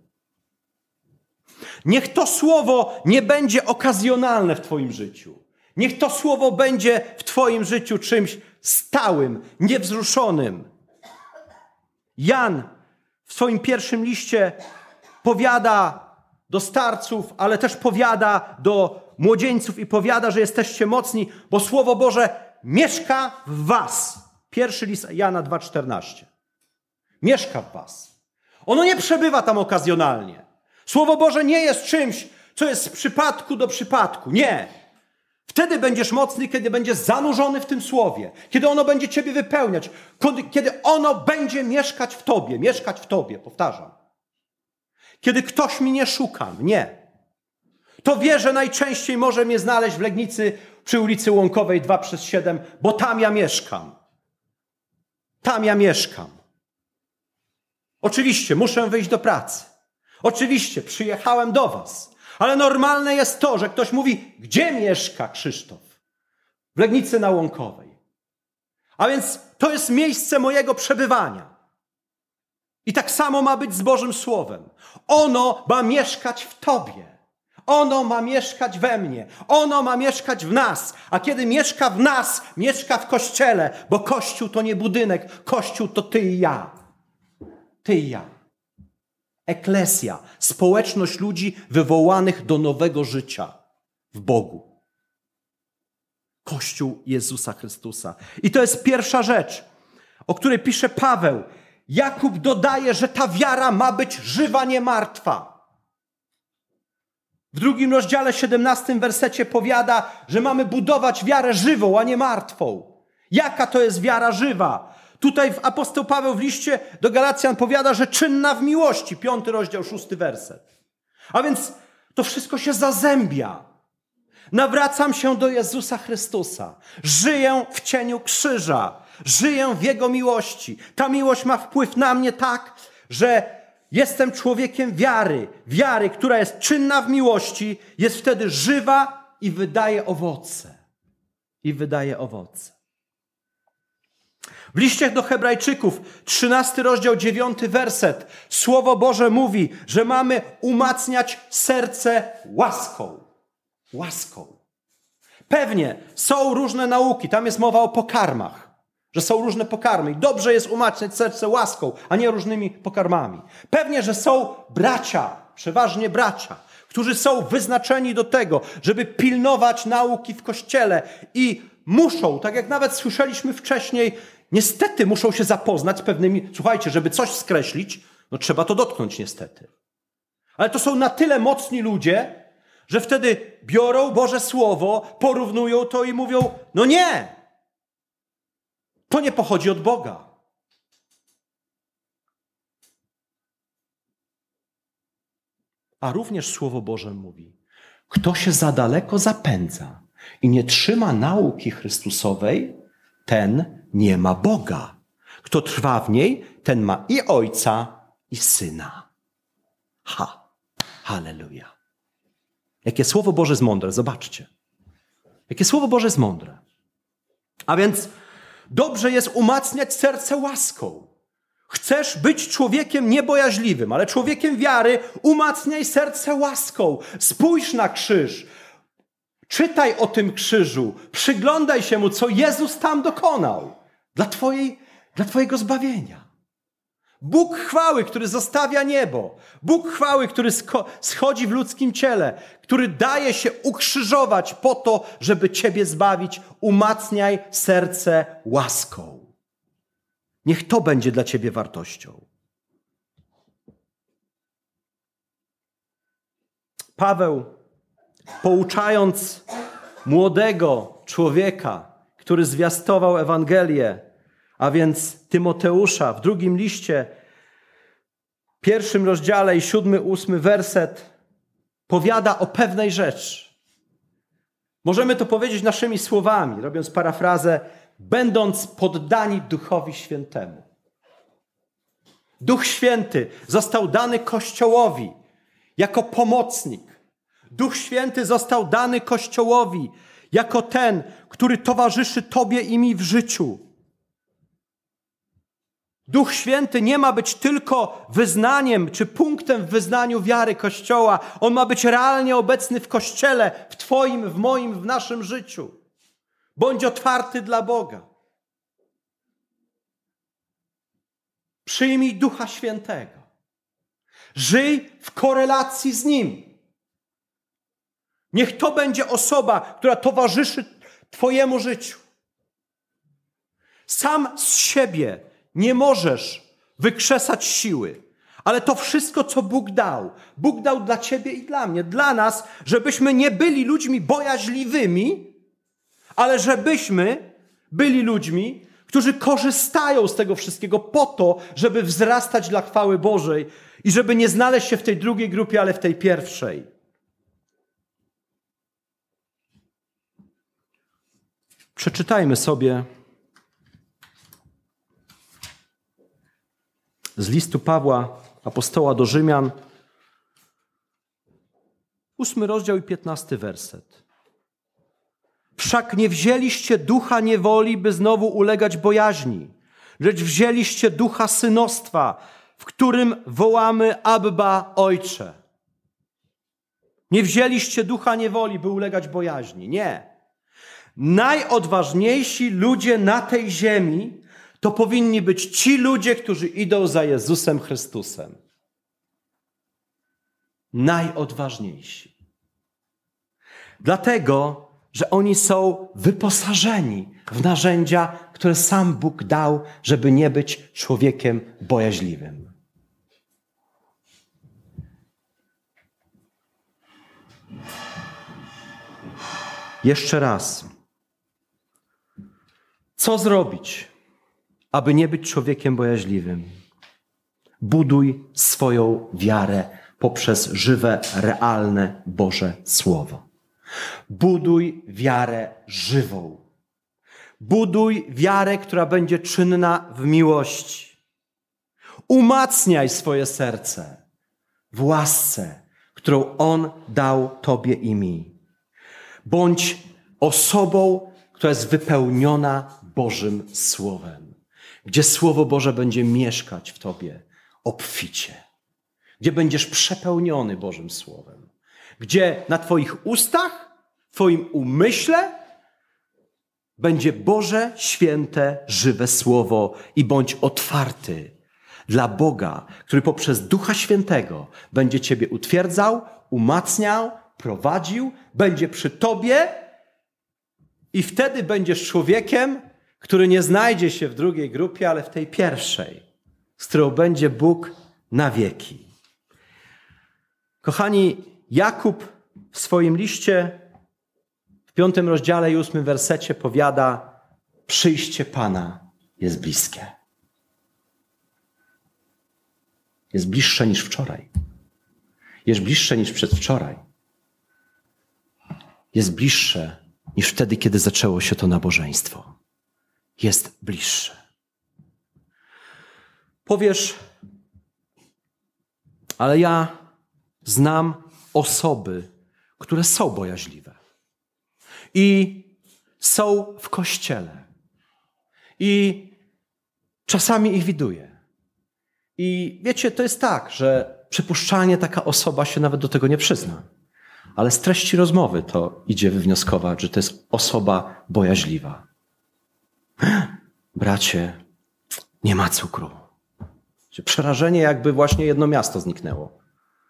Niech to Słowo nie będzie okazjonalne w twoim życiu. Niech to Słowo będzie w twoim życiu czymś stałym, niewzruszonym. Jan w swoim pierwszym liście powiada do starców, ale też powiada do młodzieńców i powiada, że jesteście mocni, bo Słowo Boże mieszka w was. Pierwszy list Jana 2,14. Mieszka w was. Ono nie przebywa tam okazjonalnie. Słowo Boże nie jest czymś, co jest z przypadku do przypadku. Nie. Wtedy będziesz mocny, kiedy będziesz zanurzony w tym Słowie. Kiedy ono będzie ciebie wypełniać. Kiedy ono będzie mieszkać w tobie, powtarzam. Kiedy ktoś mnie szuka, nie. To wie, że najczęściej może mnie znaleźć w Legnicy przy ulicy Łąkowej 2/7, bo tam ja mieszkam. Tam ja mieszkam. Oczywiście muszę wyjść do pracy. Oczywiście przyjechałem do was. Ale normalne jest to, że ktoś mówi, gdzie mieszka Krzysztof? W Legnicy na Łąkowej. A więc to jest miejsce mojego przebywania. I tak samo ma być z Bożym Słowem. Ono ma mieszkać w tobie. Ono ma mieszkać we mnie. Ono ma mieszkać w nas. A kiedy mieszka w nas, mieszka w Kościele, bo Kościół to nie budynek. Kościół to ty i ja. Ty i ja. Eklesja, społeczność ludzi wywołanych do nowego życia w Bogu. Kościół Jezusa Chrystusa. I to jest pierwsza rzecz, o której pisze Paweł. Jakub dodaje, że ta wiara ma być żywa, nie martwa. W 2 rozdziale, 17 wersecie powiada, że mamy budować wiarę żywą, a nie martwą. Jaka to jest wiara żywa? Tutaj apostoł Paweł w liście do Galacjan powiada, że czynna w miłości. 5 rozdział, 6 werset. A więc to wszystko się zazębia. Nawracam się do Jezusa Chrystusa. Żyję w cieniu krzyża. Żyję w Jego miłości. Ta miłość ma wpływ na mnie tak, że jestem człowiekiem wiary. Wiary, która jest czynna w miłości, jest wtedy żywa i wydaje owoce. I wydaje owoce. W liście do Hebrajczyków, 13 rozdział, 9 werset, Słowo Boże mówi, że mamy umacniać serce łaską. Łaską. Pewnie są różne nauki, tam jest mowa o pokarmach, że są różne pokarmy i dobrze jest umacniać serce łaską, a nie różnymi pokarmami. Pewnie, że są bracia, przeważnie bracia, którzy są wyznaczeni do tego, żeby pilnować nauki w Kościele i muszą, tak jak nawet słyszeliśmy wcześniej, niestety muszą się zapoznać z pewnymi... Słuchajcie, żeby coś skreślić, no trzeba to dotknąć niestety. Ale to są na tyle mocni ludzie, że wtedy biorą Boże Słowo, porównują to i mówią, no nie, to nie pochodzi od Boga. A również Słowo Boże mówi, kto się za daleko zapędza i nie trzyma nauki Chrystusowej, ten nie ma Boga. Kto trwa w niej, ten ma i Ojca, i Syna. Halleluja. Jakie Słowo Boże jest mądre, zobaczcie. Jakie Słowo Boże jest mądre. A więc dobrze jest umacniać serce łaską. Chcesz być człowiekiem niebojaźliwym, ale człowiekiem wiary, umacniaj serce łaską. Spójrz na krzyż. Czytaj o tym krzyżu. Przyglądaj się mu, co Jezus tam dokonał. Dla twojego zbawienia. Bóg chwały, który zostawia niebo. Bóg chwały, który schodzi w ludzkim ciele. Który daje się ukrzyżować po to, żeby ciebie zbawić. Umacniaj serce łaską. Niech to będzie dla ciebie wartością. Paweł, pouczając młodego człowieka, który zwiastował Ewangelię, a więc Tymoteusza w 2 liście, 1 rozdziale i 7, 8 werset, powiada o pewnej rzeczy. Możemy to powiedzieć naszymi słowami, robiąc parafrazę, będąc poddani Duchowi Świętemu. Duch Święty został dany Kościołowi jako pomocnik. Duch Święty został dany Kościołowi jako ten, który towarzyszy tobie i mi w życiu. Duch Święty nie ma być tylko wyznaniem czy punktem w wyznaniu wiary Kościoła. On ma być realnie obecny w Kościele, w twoim, w moim, w naszym życiu. Bądź otwarty dla Boga. Przyjmij Ducha Świętego. Żyj w korelacji z Nim. Niech to będzie osoba, która towarzyszy twojemu życiu. Sam z siebie nie możesz wykrzesać siły. Ale to wszystko, co Bóg dał dla ciebie i dla mnie, dla nas, żebyśmy nie byli ludźmi bojaźliwymi, ale żebyśmy byli ludźmi, którzy korzystają z tego wszystkiego po to, żeby wzrastać dla chwały Bożej i żeby nie znaleźć się w tej drugiej grupie, ale w tej pierwszej. Przeczytajmy sobie z listu Pawła, apostoła do Rzymian, 8 rozdział i 15 werset. Wszak nie wzięliście ducha niewoli, by znowu ulegać bojaźni, lecz wzięliście ducha synostwa, w którym wołamy Abba, Ojcze. Nie wzięliście ducha niewoli, by ulegać bojaźni. Nie. Najodważniejsi ludzie na tej ziemi to powinni być ci ludzie, którzy idą za Jezusem Chrystusem. Najodważniejsi. Dlatego, że oni są wyposażeni w narzędzia, które sam Bóg dał, żeby nie być człowiekiem bojaźliwym. Jeszcze raz. Co zrobić, aby nie być człowiekiem bojaźliwym? Buduj swoją wiarę poprzez żywe, realne Boże Słowo. Buduj wiarę żywą. Buduj wiarę, która będzie czynna w miłości. Umacniaj swoje serce w łasce, którą On dał Tobie i mi. Bądź osobą, która jest wypełniona Bożym Słowem, gdzie Słowo Boże będzie mieszkać w Tobie obficie, gdzie będziesz przepełniony Bożym Słowem, gdzie na Twoich ustach, w Twoim umyśle będzie Boże, święte, żywe Słowo i bądź otwarty dla Boga, który poprzez Ducha Świętego będzie Ciebie utwierdzał, umacniał, prowadził, będzie przy Tobie i wtedy będziesz człowiekiem, który nie znajdzie się w drugiej grupie, ale w tej pierwszej, z którą będzie Bóg na wieki. Kochani, Jakub w swoim liście w 5 rozdziale i 8 wersecie powiada: przyjście Pana jest bliskie. Jest bliższe niż wczoraj. Jest bliższe niż przedwczoraj. Jest bliższe niż wtedy, kiedy zaczęło się to nabożeństwo. Jest bliższe. Powiesz, ale ja znam osoby, które są bojaźliwe. I są w kościele. I czasami ich widuję. I wiecie, to jest tak, że przypuszczalnie taka osoba się nawet do tego nie przyzna. Ale z treści rozmowy to idzie wywnioskować, że to jest osoba bojaźliwa. Bracie, nie ma cukru. Przerażenie, jakby właśnie jedno miasto zniknęło.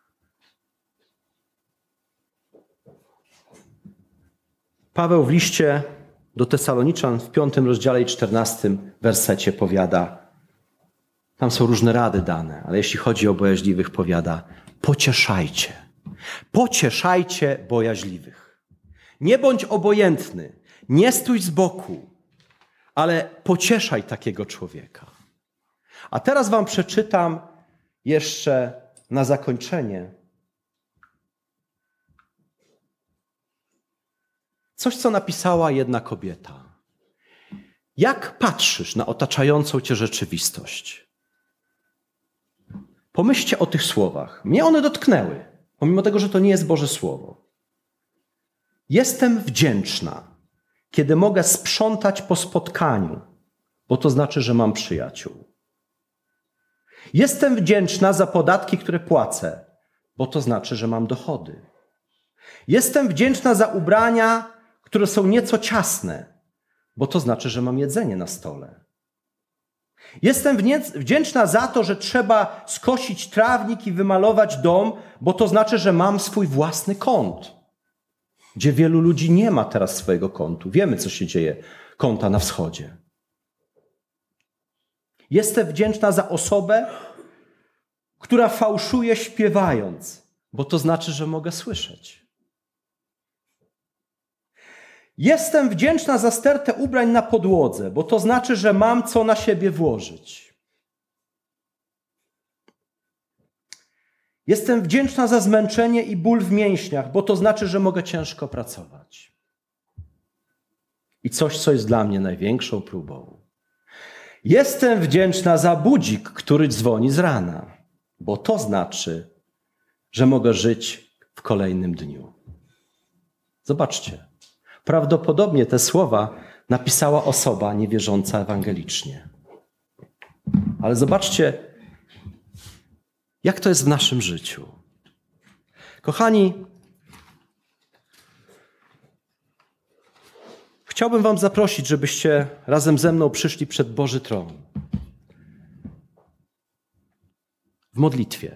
Paweł w liście do Tesaloniczan w 5 rozdziale i 14 wersecie powiada, tam są różne rady dane, ale jeśli chodzi o bojaźliwych, powiada: pocieszajcie. Pocieszajcie bojaźliwych. Nie bądź obojętny, nie stój z boku, ale pocieszaj takiego człowieka. A teraz wam przeczytam jeszcze na zakończenie coś, co napisała jedna kobieta. Jak patrzysz na otaczającą cię rzeczywistość? Pomyślcie o tych słowach. Mnie one dotknęły, pomimo tego, że to nie jest Boże Słowo. Jestem wdzięczna, kiedy mogę sprzątać po spotkaniu, bo to znaczy, że mam przyjaciół. Jestem wdzięczna za podatki, które płacę, bo to znaczy, że mam dochody. Jestem wdzięczna za ubrania, które są nieco ciasne, bo to znaczy, że mam jedzenie na stole. Jestem wdzięczna za to, że trzeba skosić trawnik i wymalować dom, bo to znaczy, że mam swój własny kąt, gdzie wielu ludzi nie ma teraz swojego kątu. Wiemy, co się dzieje, kąta na wschodzie. Jestem wdzięczna za osobę, która fałszuje śpiewając, bo to znaczy, że mogę słyszeć. Jestem wdzięczna za stertę ubrań na podłodze, bo to znaczy, że mam co na siebie włożyć. Jestem wdzięczna za zmęczenie i ból w mięśniach, bo to znaczy, że mogę ciężko pracować. I coś, co jest dla mnie największą próbą. Jestem wdzięczna za budzik, który dzwoni z rana, bo to znaczy, że mogę żyć w kolejnym dniu. Zobaczcie. Prawdopodobnie te słowa napisała osoba niewierząca ewangelicznie. Ale zobaczcie, jak to jest w naszym życiu. Kochani, Chciałbym wam zaprosić, żebyście razem ze mną przyszli przed Boży Tron. W modlitwie.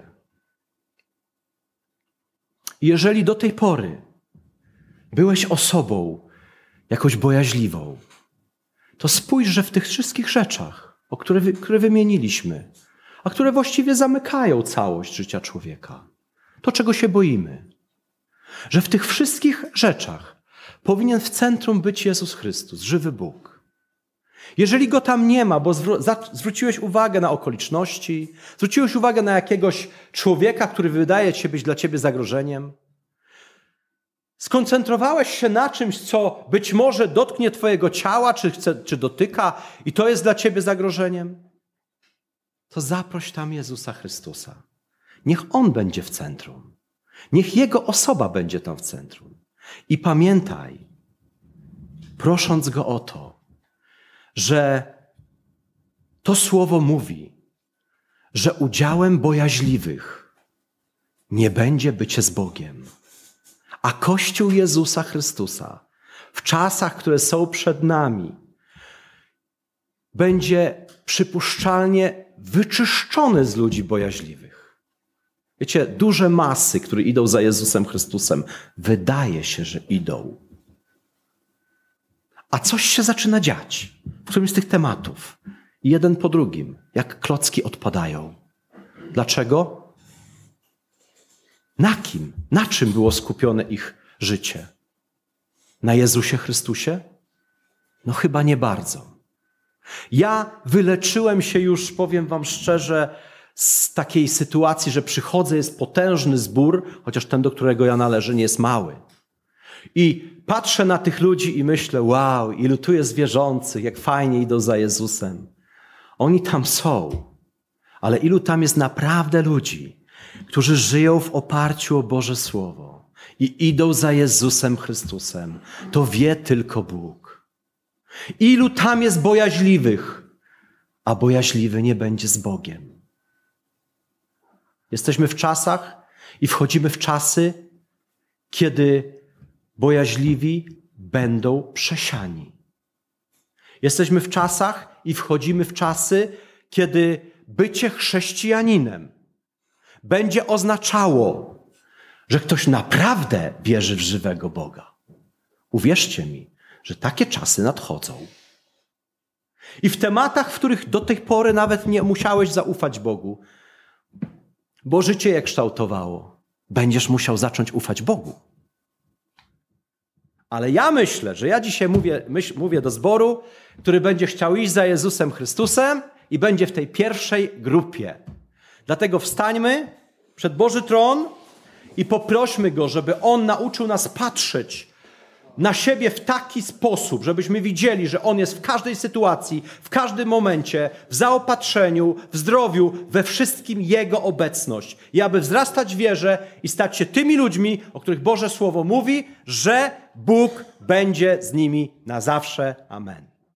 Jeżeli do tej pory byłeś osobą jakoś bojaźliwą, to spójrz, że w tych wszystkich rzeczach, które wymieniliśmy, a które właściwie zamykają całość życia człowieka, to czego się boimy, że w tych wszystkich rzeczach powinien w centrum być Jezus Chrystus, żywy Bóg. Jeżeli Go tam nie ma, bo zwróciłeś uwagę na okoliczności, zwróciłeś uwagę na jakiegoś człowieka, który wydaje się być dla ciebie zagrożeniem, skoncentrowałeś się na czymś, co być może dotknie twojego ciała, czy dotyka i to jest dla ciebie zagrożeniem, to zaproś tam Jezusa Chrystusa. Niech On będzie w centrum. Niech Jego osoba będzie tam w centrum. I pamiętaj, prosząc Go o to, że to słowo mówi, że udziałem bojaźliwych nie będzie bycie z Bogiem. A Kościół Jezusa Chrystusa w czasach, które są przed nami, będzie przypuszczalnie wyczyszczony z ludzi bojaźliwych. Wiecie, duże masy, które idą za Jezusem Chrystusem, wydaje się, że idą. A coś się zaczyna dziać w którymś z tych tematów. Jeden po drugim, jak klocki odpadają. Dlaczego? Na kim? Na czym było skupione ich życie? Na Jezusie Chrystusie? No chyba nie bardzo. Ja wyleczyłem się już, powiem wam szczerze, z takiej sytuacji, że przychodzę, jest potężny zbór, chociaż ten, do którego ja należę, nie jest mały. I patrzę na tych ludzi i myślę, wow, ilu tu jest wierzących, jak fajnie idą za Jezusem. Oni tam są, ale ilu tam jest naprawdę ludzi, którzy żyją w oparciu o Boże Słowo i idą za Jezusem Chrystusem. To wie tylko Bóg. Ilu tam jest bojaźliwych, a bojaźliwy nie będzie z Bogiem. Jesteśmy w czasach i wchodzimy w czasy, kiedy bojaźliwi będą przesiani. Jesteśmy w czasach i wchodzimy w czasy, kiedy bycie chrześcijaninem będzie oznaczało, że ktoś naprawdę wierzy w żywego Boga. Uwierzcie mi, że takie czasy nadchodzą. I w tematach, w których do tej pory nawet nie musiałeś zaufać Bogu, bo życie je kształtowało, będziesz musiał zacząć ufać Bogu. Ale ja myślę, że ja dzisiaj mówię do zboru, który będzie chciał iść za Jezusem Chrystusem i będzie w tej pierwszej grupie. Dlatego wstańmy przed Boży Tron i poprośmy Go, żeby On nauczył nas patrzeć na siebie w taki sposób, żebyśmy widzieli, że On jest w każdej sytuacji, w każdym momencie, w zaopatrzeniu, w zdrowiu, we wszystkim Jego obecność. I aby wzrastać w wierze i stać się tymi ludźmi, o których Boże Słowo mówi, że Bóg będzie z nimi na zawsze. Amen.